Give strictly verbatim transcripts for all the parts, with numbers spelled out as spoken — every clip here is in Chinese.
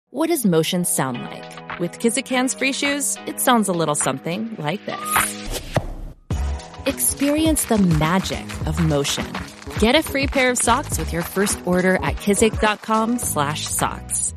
What does motion sound like? With Kizikans free shoes, it sounds a little something like this. Experience the magic of motion. Get a free pair of socks with your first order at kizik.com slash socks.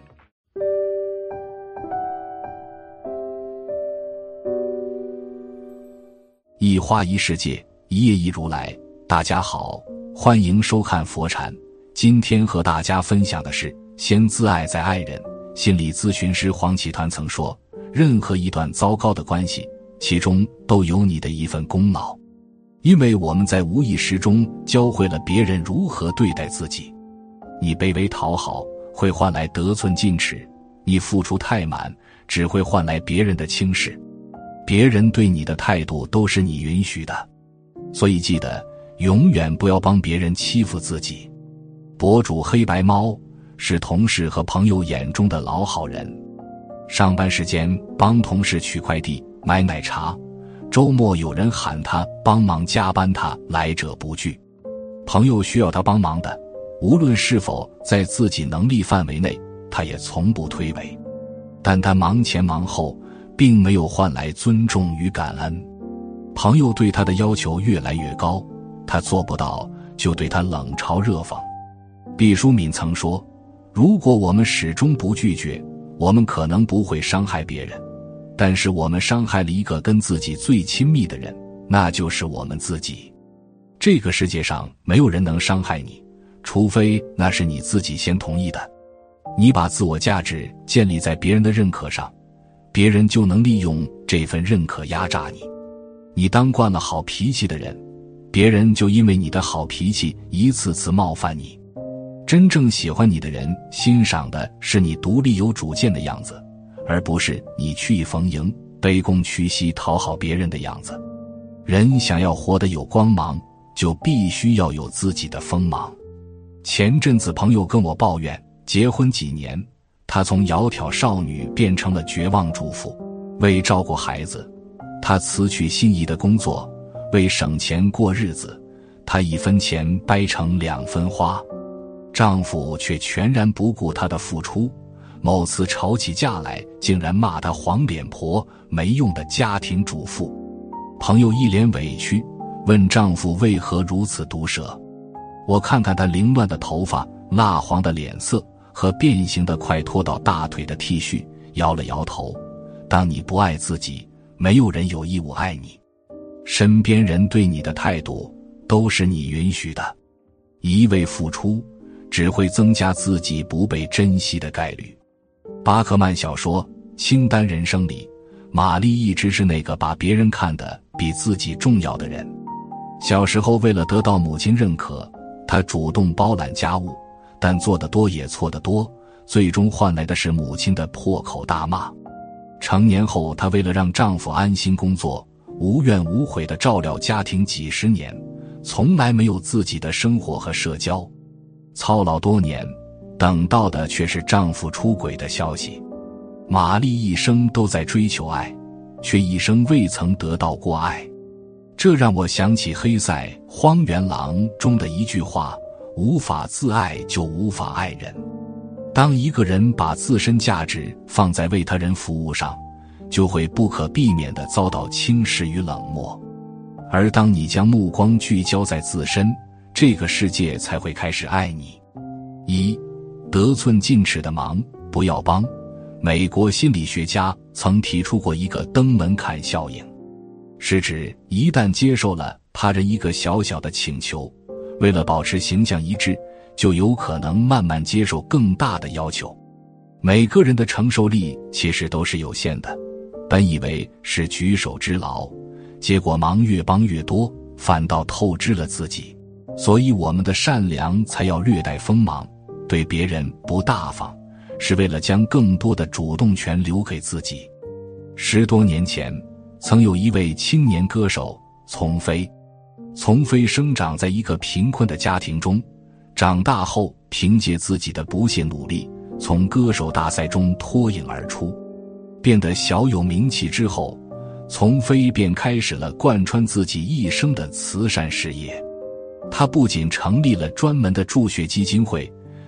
一花一世界，一叶一如来。大家好，欢迎收看佛禅。今天和大家分享的是先自爱再爱人。心理咨询师黄启团曾说，任何一段糟糕的关系，其中都有你的一份功劳。因为我们在无意识中教会了别人如何对待自己。你卑微讨好，会换来得寸进尺；你付出太满，只会换来别人的轻视。别人对你的态度都是你允许的，所以记得永远不要帮别人欺负自己。博主黑白猫是同事和朋友眼中的老好人，上班时间帮同事取快递、买奶茶，周末有人喊他帮忙加班，他来者不拒。朋友需要他帮忙的，无论是否在自己能力范围内，他也从不推诿。但他忙前忙后，并没有换来尊重与感恩。朋友对他的要求越来越高，他做不到就对他冷嘲热讽。毕淑敏曾说，如果我们始终不拒绝，我们可能不会伤害别人，但是我们伤害了一个跟自己最亲密的人，那就是我们自己。这个世界上没有人能伤害你，除非那是你自己先同意的。你把自我价值建立在别人的认可上，别人就能利用这份认可压榨你。你当惯了好脾气的人，别人就因为你的好脾气一次次冒犯你。真正喜欢你的人欣赏的是你独立有主见的样子，而不是你曲意逢迎、卑躬屈膝讨好别人的样子。人想要活得有光芒，就必须要有自己的锋芒。前阵子朋友跟我抱怨，结婚几年，她从窈窕少女变成了绝望主妇。为照顾孩子，她辞去心仪的工作；为省钱过日子，她一分钱掰成两分花。丈夫却全然不顾她的付出，某次吵起架来，竟然骂她黄脸婆、没用的家庭主妇。朋友一脸委屈，问丈夫为何如此毒舌。我看看她凌乱的头发、蜡黄的脸色和变形的快拖到大腿的 T 恤，摇了摇头。当你不爱自己，没有人有义务爱你。身边人对你的态度都是你允许的。一味付出只会增加自己不被珍惜的概率。巴克曼小说《清单人生》里，玛丽一直是那个把别人看得比自己重要的人。小时候为了得到母亲认可，她主动包揽家务，但做得多也错得多，最终换来的是母亲的破口大骂。成年后，她为了让丈夫安心工作，无怨无悔地照料家庭几十年，从来没有自己的生活和社交。操劳多年，等到的却是丈夫出轨的消息。玛丽一生都在追求爱，却一生未曾得到过爱。这让我想起黑塞《荒原狼》中的一句话，无法自爱就无法爱人。当一个人把自身价值放在为他人服务上，就会不可避免地遭到轻视与冷漠。而当你将目光聚焦在自身，这个世界才会开始爱你。一，得寸进尺的忙不要帮。美国心理学家曾提出过一个登门槛效应，是指一旦接受了他人一个小小的请求，为了保持形象一致，就有可能慢慢接受更大的要求。每个人的承受力其实都是有限的，本以为是举手之劳，结果忙越帮越多，反倒透支了自己。所以我们的善良才要略带锋芒，对别人不大方，是为了将更多的主动权留给自己。十多年前，曾有一位青年歌手丛飞。丛飞生长在一个贫困的家庭中，长大后凭借自己的不懈努力，从歌手大赛中脱颖而出，变得小有名气之后，丛飞便开始了贯穿自己一生的慈善事业。他不仅成立了专门的助学基金会，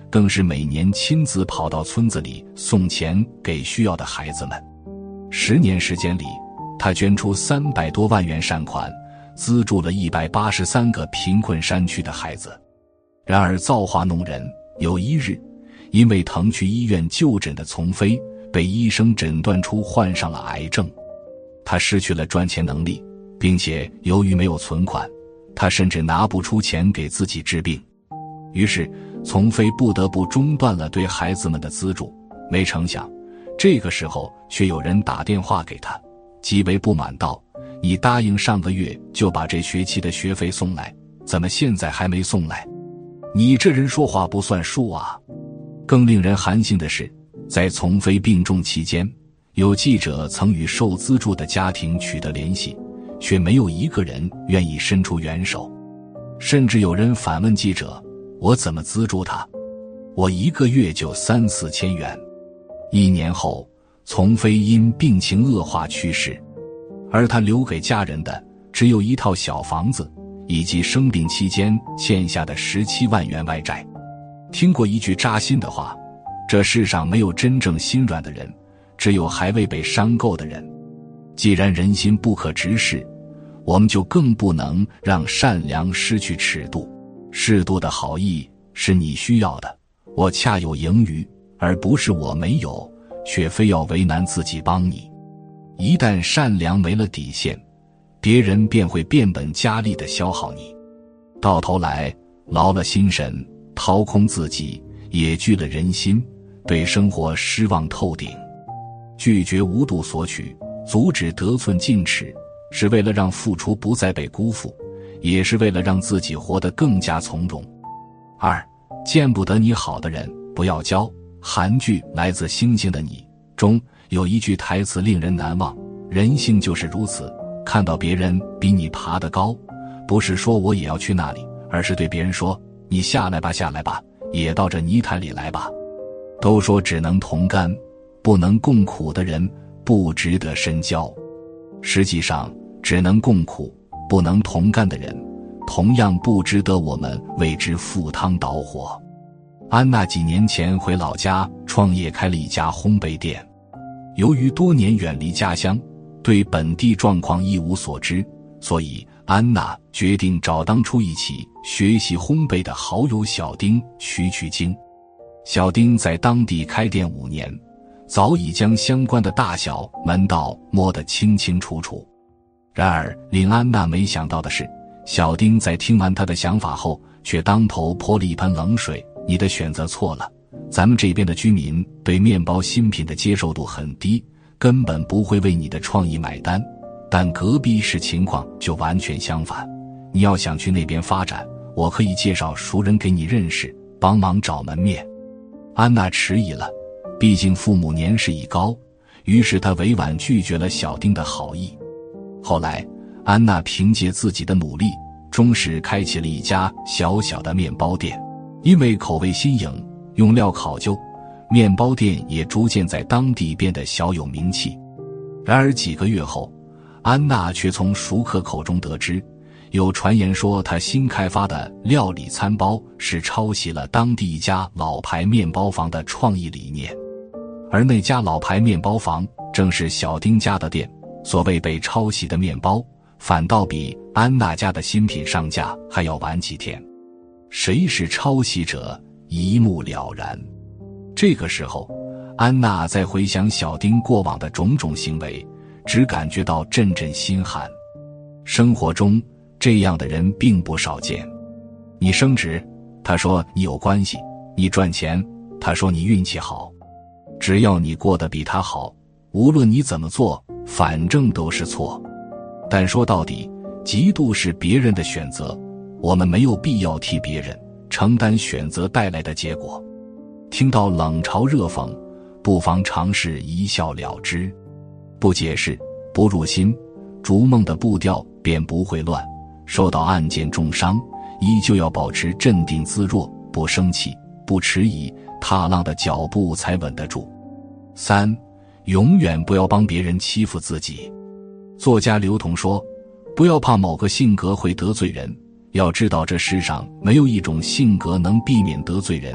更是每年亲自跑到村子里送钱给需要的孩子们。十年时间里，他捐出三百多万元善款，资助了一百八十三个贫困山区的孩子。然而造化弄人，有一日，因为腾去医院就诊的丛飞被医生诊断出患上了癌症，他失去了赚钱能力，并且由于没有存款，他甚至拿不出钱给自己治病。于是丛飞不得不中断了对孩子们的资助。没成想这个时候却有人打电话给他，极为不满道：你答应上个月就把这学期的学费送来，怎么现在还没送来？你这人说话不算数啊！更令人寒心的是，在丛飞病重期间，有记者曾与受资助的家庭取得联系，却没有一个人愿意伸出援手。甚至有人反问记者：我怎么资助他？我一个月就三四千元。一年后，丛飞因病情恶化去世，而他留给家人的只有一套小房子，以及生病期间欠下的十七万元外债。听过一句扎心的话：这世上没有真正心软的人，只有还未被伤够的人。既然人心不可直视，我们就更不能让善良失去尺度。适度的好意是你需要的，我恰有盈余，而不是我没有却非要为难自己帮你。一旦善良没了底线，别人便会变本加厉地消耗你，到头来劳了心神，掏空自己，也聚了人心，对生活失望透顶。拒绝无度索取，阻止得寸进尺，是为了让付出不再被辜负，也是为了让自己活得更加从容。二，见不得你好的人不要交。韩剧《来自星星的你》中有一句台词令人难忘：人性就是如此，看到别人比你爬得高，不是说我也要去那里，而是对别人说：你下来吧下来吧，也到这泥潭里来吧。都说只能同甘不能共苦的人不值得深交，实际上只能共苦不能同甘的人同样不值得我们为之赴汤蹈火。安娜几年前回老家创业，开了一家烘焙店。由于多年远离家乡，对本地状况一无所知，所以安娜决定找当初一起学习烘焙的好友小丁取取经。小丁在当地开店五年，早已将相关的大小门道摸得清清楚楚。然而令安娜没想到的是，小丁在听完她的想法后，却当头泼了一盆冷水：你的选择错了，咱们这边的居民对面包新品的接受度很低，根本不会为你的创意买单，但隔壁市情况就完全相反，你要想去那边发展，我可以介绍熟人给你认识，帮忙找门面。安娜迟疑了，毕竟父母年事已高，于是她委婉拒绝了小丁的好意。后来安娜凭借自己的努力，终是开启了一家小小的面包店。因为口味新颖，用料考究，面包店也逐渐在当地变得小有名气。然而几个月后，安娜却从熟客口中得知，有传言说她新开发的料理餐包是抄袭了当地一家老牌面包房的创意理念，而那家老牌面包房正是小丁家的店。所谓被抄袭的面包，反倒比安娜家的新品上架还要晚几天。谁是抄袭者，一目了然。这个时候，安娜在回想小丁过往的种种行为，只感觉到阵阵心寒。生活中这样的人并不少见。你升职，他说你有关系；你赚钱，他说你运气好。只要你过得比他好，无论你怎么做，反正都是错。但说到底，嫉妒是别人的选择，我们没有必要替别人承担选择带来的结果。听到冷嘲热讽，不妨尝试一笑了之，不解释，不入心，逐梦的步调便不会乱。受到案件重伤，依旧要保持镇定自若，不生气，不迟疑，踏浪的脚步才稳得住。三，永远不要帮别人欺负自己。作家刘同说，不要怕某个性格会得罪人，要知道这世上没有一种性格能避免得罪人，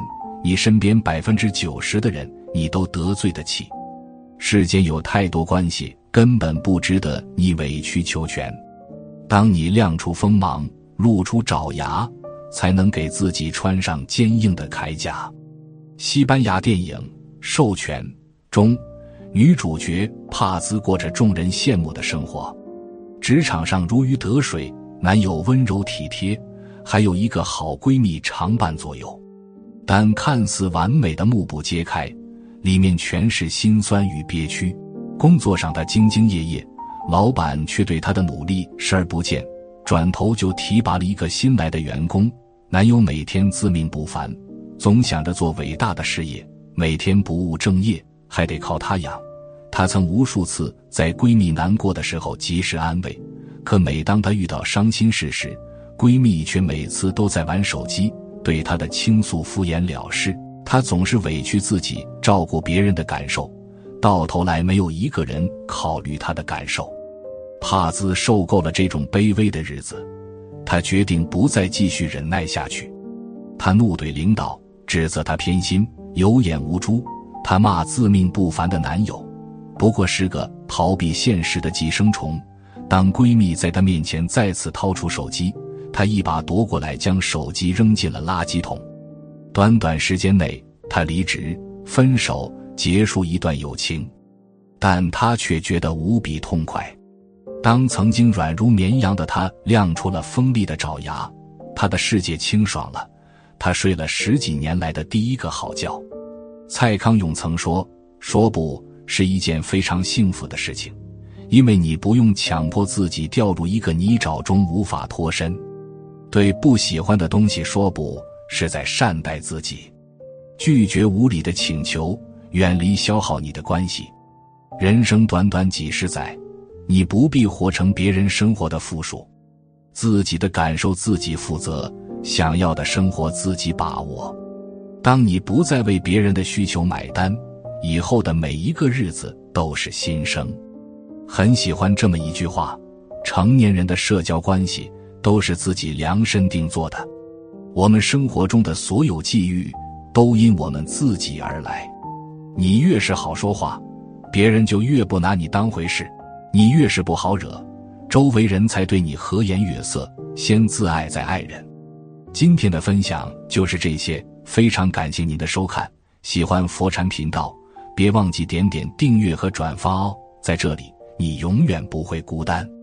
你身边 百分之九十 的人你都得罪得起。世间有太多关系根本不值得你委曲求全。当你亮出锋芒，露出爪牙，才能给自己穿上坚硬的铠甲。西班牙电影《授权》中，女主角帕兹过着众人羡慕的生活，职场上如鱼得水，男友温柔体贴，还有一个好闺蜜常伴左右。但看似完美的幕布揭开，里面全是辛酸与憋屈。工作上她兢兢业业，老板却对她的努力视而不见，转头就提拔了一个新来的员工。男友每天自命不凡，总想着做伟大的事业，每天不务正业，还得靠她养。她曾无数次在闺蜜难过的时候及时安慰，可每当她遇到伤心事时，闺蜜却每次都在玩手机，对她的倾诉敷衍了事。她总是委屈自己照顾别人的感受，到头来没有一个人考虑她的感受。帕兹受够了这种卑微的日子，他决定不再继续忍耐下去。他怒怼领导，指责他偏心、有眼无珠。他骂自命不凡的男友，不过是个逃避现实的寄生虫。当闺蜜在他面前再次掏出手机，他一把夺过来，将手机扔进了垃圾桶。短短时间内，他离职、分手，结束一段友情，但他却觉得无比痛快。当曾经软如绵羊的他亮出了锋利的爪牙，他的世界清爽了，他睡了十几年来的第一个好觉。蔡康永曾说，说不是一件非常幸福的事情，因为你不用强迫自己掉入一个泥沼中无法脱身。对不喜欢的东西说不，是在善待自己。拒绝无理的请求，远离消耗你的关系。人生短短几十载，你不必活成别人生活的附属，自己的感受自己负责，想要的生活自己把握。当你不再为别人的需求买单，以后的每一个日子都是新生。很喜欢这么一句话，成年人的社交关系都是自己量身定做的，我们生活中的所有际遇都因我们自己而来。你越是好说话，别人就越不拿你当回事，你越是不好惹，周围人才对你和颜悦色。先自爱再爱人。今天的分享就是这些，非常感谢您的收看。喜欢佛禅频道，别忘记点点订阅和转发哦，在这里你永远不会孤单。